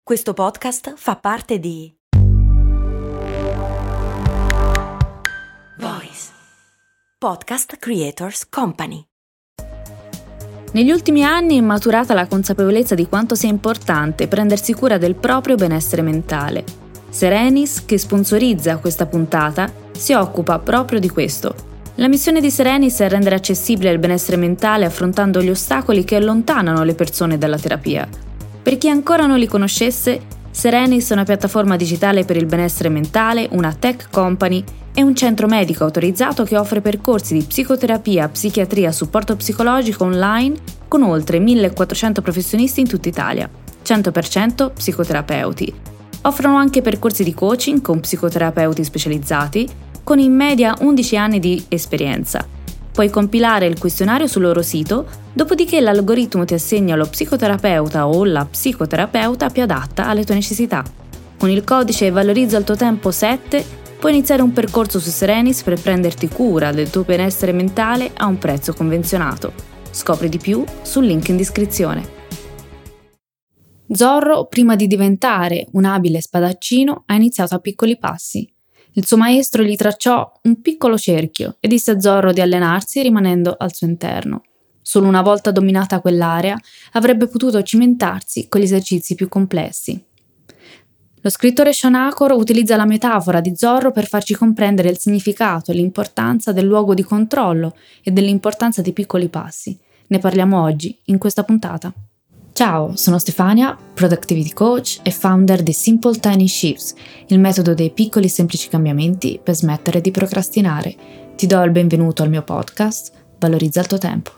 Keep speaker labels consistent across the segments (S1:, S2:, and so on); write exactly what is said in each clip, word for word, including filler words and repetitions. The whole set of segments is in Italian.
S1: Questo podcast fa parte di Voice Podcast Creators Company.
S2: Negli ultimi anni è maturata la consapevolezza di quanto sia importante prendersi cura del proprio benessere mentale. Serenis, che sponsorizza questa puntata, si occupa proprio di questo. La missione di Serenis è rendere accessibile il benessere mentale affrontando gli ostacoli che allontanano le persone dalla terapia. Per chi ancora non li conoscesse, Serenis è una piattaforma digitale per il benessere mentale, una tech company e un centro medico autorizzato che offre percorsi di psicoterapia, psichiatria, supporto psicologico online con oltre millequattrocento professionisti in tutta Italia, cento per cento psicoterapeuti. Offrono anche percorsi di coaching con psicoterapeuti specializzati, con in media undici anni di esperienza. Puoi compilare il questionario sul loro sito, dopodiché l'algoritmo ti assegna lo psicoterapeuta o la psicoterapeuta più adatta alle tue necessità. Con il codice Valorizza il tuo tempo sette puoi iniziare un percorso su Serenis per prenderti cura del tuo benessere mentale a un prezzo convenzionato. Scopri di più sul link in descrizione. Zorro, prima di diventare un abile spadaccino, ha iniziato a piccoli passi. Il suo maestro gli tracciò un piccolo cerchio e disse a Zorro di allenarsi rimanendo al suo interno. Solo una volta dominata quell'area avrebbe potuto cimentarsi con gli esercizi più complessi. Lo scrittore Shawn Achor utilizza la metafora di Zorro per farci comprendere il significato e l'importanza del luogo di controllo e dell'importanza dei piccoli passi. Ne parliamo oggi, in questa puntata. Ciao, sono Stefania, Productivity Coach e founder di Simple Tiny Shifts, il metodo dei piccoli e semplici cambiamenti per smettere di procrastinare. Ti do il benvenuto al mio podcast, Valorizza il tuo tempo.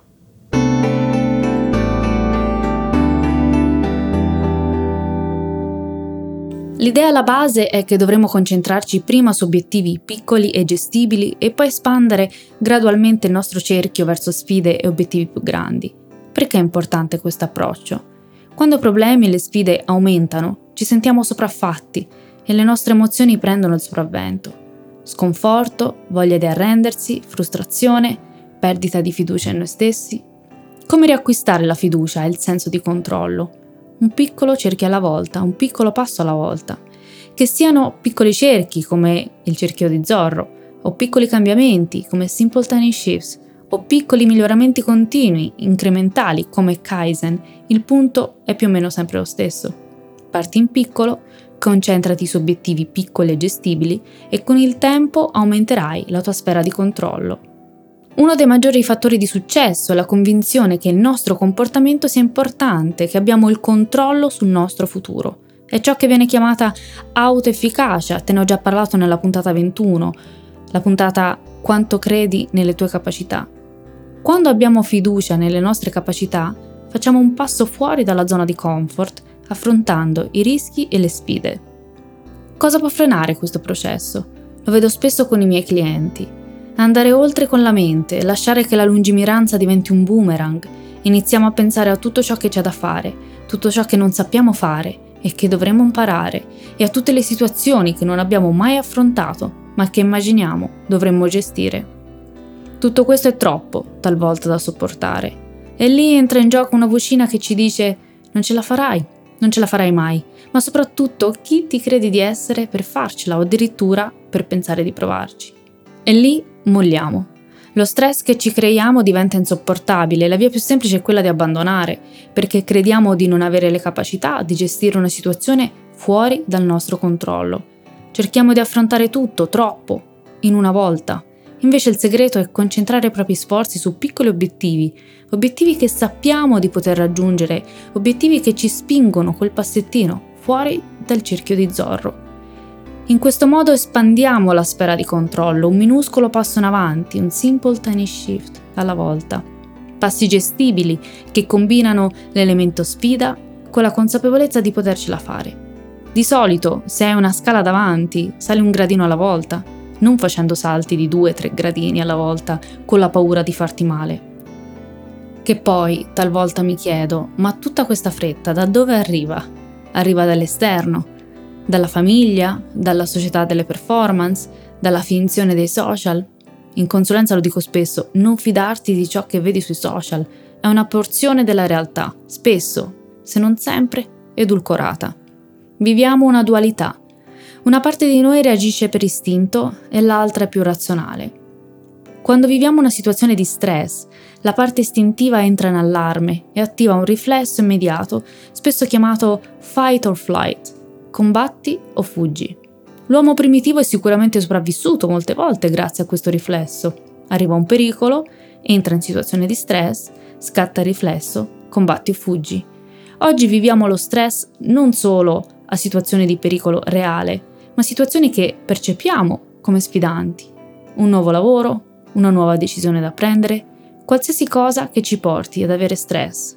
S2: L'idea alla base è che dovremo concentrarci prima su obiettivi piccoli e gestibili e poi espandere gradualmente il nostro cerchio verso sfide e obiettivi più grandi. Perché è importante questo approccio? Quando i problemi e le sfide aumentano, ci sentiamo sopraffatti e le nostre emozioni prendono il sopravvento. Sconforto, voglia di arrendersi, frustrazione, perdita di fiducia in noi stessi. Come riacquistare la fiducia e il senso di controllo? Un piccolo cerchio alla volta, un piccolo passo alla volta. Che siano piccoli cerchi come il cerchio di Zorro, o piccoli cambiamenti come Simple Tiny Shifts, o piccoli miglioramenti continui, incrementali come Kaizen, il punto è più o meno sempre lo stesso. Parti in piccolo, concentrati su obiettivi piccoli e gestibili e con il tempo aumenterai la tua sfera di controllo. Uno dei maggiori fattori di successo è la convinzione che il nostro comportamento sia importante, che abbiamo il controllo sul nostro futuro. È ciò che viene chiamata autoefficacia, te ne ho già parlato nella puntata ventuno, la puntata Quanto credi nelle tue capacità. Quando abbiamo fiducia nelle nostre capacità, facciamo un passo fuori dalla zona di comfort, affrontando i rischi e le sfide. Cosa può frenare questo processo? Lo vedo spesso con i miei clienti. Andare oltre con la mente, lasciare che la lungimiranza diventi un boomerang. Iniziamo a pensare a tutto ciò che c'è da fare, tutto ciò che non sappiamo fare e che dovremmo imparare, e a tutte le situazioni che non abbiamo mai affrontato, ma che immaginiamo dovremmo gestire. Tutto questo è troppo, talvolta, da sopportare. E lì entra in gioco una vocina che ci dice: non ce la farai, non ce la farai mai, ma soprattutto chi ti credi di essere per farcela o addirittura per pensare di provarci. E lì molliamo. Lo stress che ci creiamo diventa insopportabile e la via più semplice è quella di abbandonare, perché crediamo di non avere le capacità di gestire una situazione fuori dal nostro controllo. Cerchiamo di affrontare tutto, troppo, in una volta. Invece il segreto è concentrare i propri sforzi su piccoli obiettivi, obiettivi che sappiamo di poter raggiungere, obiettivi che ci spingono quel passettino fuori dal cerchio di Zorro. In questo modo espandiamo la sfera di controllo, un minuscolo passo in avanti, un simple tiny shift alla volta. Passi gestibili che combinano l'elemento sfida con la consapevolezza di potercela fare. Di solito, se hai una scala davanti, sali un gradino alla volta, non facendo salti di due o tre gradini alla volta con la paura di farti male. Che poi, talvolta mi chiedo, ma tutta questa fretta da dove arriva? Arriva dall'esterno, dalla famiglia, dalla società delle performance, dalla finzione dei social? In consulenza lo dico spesso, non fidarti di ciò che vedi sui social, è una porzione della realtà, spesso, se non sempre, edulcorata. Viviamo una dualità. Una parte di noi reagisce per istinto e l'altra è più razionale. Quando viviamo una situazione di stress, la parte istintiva entra in allarme e attiva un riflesso immediato, spesso chiamato fight or flight, combatti o fuggi. L'uomo primitivo è sicuramente sopravvissuto molte volte grazie a questo riflesso. Arriva un pericolo, entra in situazione di stress, scatta il riflesso, combatti o fuggi. Oggi viviamo lo stress non solo a situazioni di pericolo reale, ma situazioni che percepiamo come sfidanti. Un nuovo lavoro, una nuova decisione da prendere, qualsiasi cosa che ci porti ad avere stress.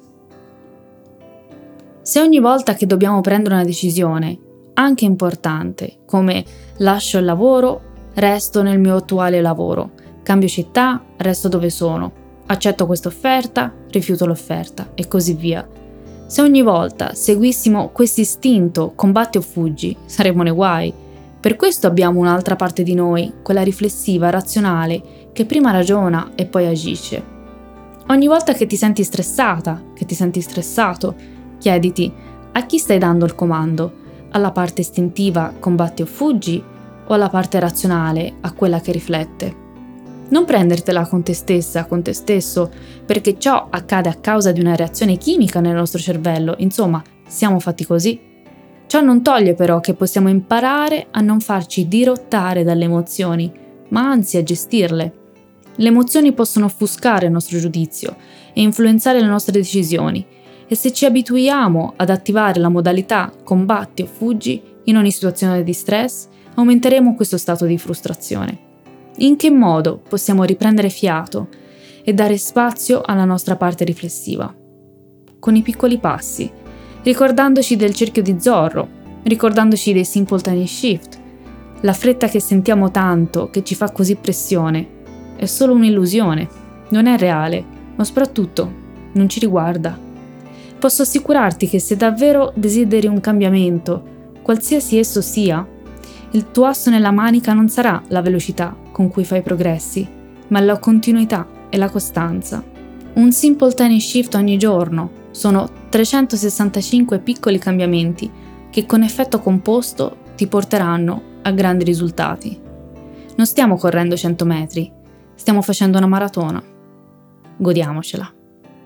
S2: Se ogni volta che dobbiamo prendere una decisione, anche importante, come lascio il lavoro, resto nel mio attuale lavoro, cambio città, resto dove sono, accetto questa offerta, rifiuto l'offerta e così via. Se ogni volta seguissimo questo istinto combatti o fuggi, saremmo nei guai. Per questo abbiamo un'altra parte di noi, quella riflessiva, razionale, che prima ragiona e poi agisce. Ogni volta che ti senti stressata, che ti senti stressato, chiediti: a chi stai dando il comando? Alla parte istintiva combatti o fuggi o alla parte razionale, a quella che riflette? Non prendertela con te stessa, con te stesso, perché ciò accade a causa di una reazione chimica nel nostro cervello, insomma, siamo fatti così. Ciò non toglie però che possiamo imparare a non farci dirottare dalle emozioni, ma anzi a gestirle. Le emozioni possono offuscare il nostro giudizio e influenzare le nostre decisioni, e se ci abituiamo ad attivare la modalità combatti o fuggi in ogni situazione di stress, aumenteremo questo stato di frustrazione. In che modo possiamo riprendere fiato e dare spazio alla nostra parte riflessiva? Con i piccoli passi, ricordandoci del cerchio di Zorro, ricordandoci dei simple tiny shift. La fretta che sentiamo tanto, che ci fa così pressione, è solo un'illusione, non è reale, ma soprattutto non ci riguarda. Posso assicurarti che se davvero desideri un cambiamento, qualsiasi esso sia, il tuo asso nella manica non sarà la velocità con cui fai progressi, ma la continuità e la costanza. Un simple tiny shift ogni giorno sono trecentosessantacinque piccoli cambiamenti che con effetto composto ti porteranno a grandi risultati. Non stiamo correndo cento metri, stiamo facendo una maratona. Godiamocela.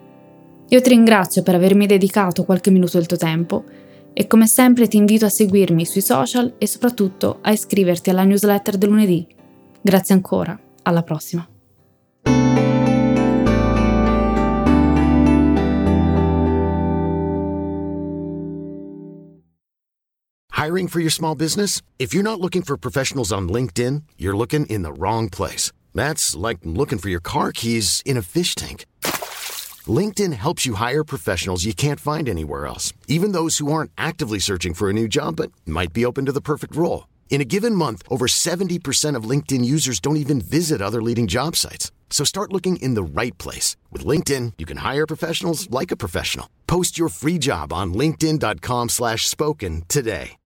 S2: Io ti ringrazio per avermi dedicato qualche minuto del tuo tempo e come sempre ti invito a seguirmi sui social e soprattutto a iscriverti alla newsletter del lunedì. Grazie ancora, alla prossima.
S3: Hiring for your small business? If you're not looking for professionals on LinkedIn, you're looking in the wrong place. That's like looking for your car keys in a fish tank. LinkedIn helps you hire professionals you can't find anywhere else, even those who aren't actively searching for a new job but might be open to the perfect role. In a given month, over seventy percent of LinkedIn users don't even visit other leading job sites. So start looking in the right place. With LinkedIn, you can hire professionals like a professional. Post your free job on linkedin dot com slash spoken today.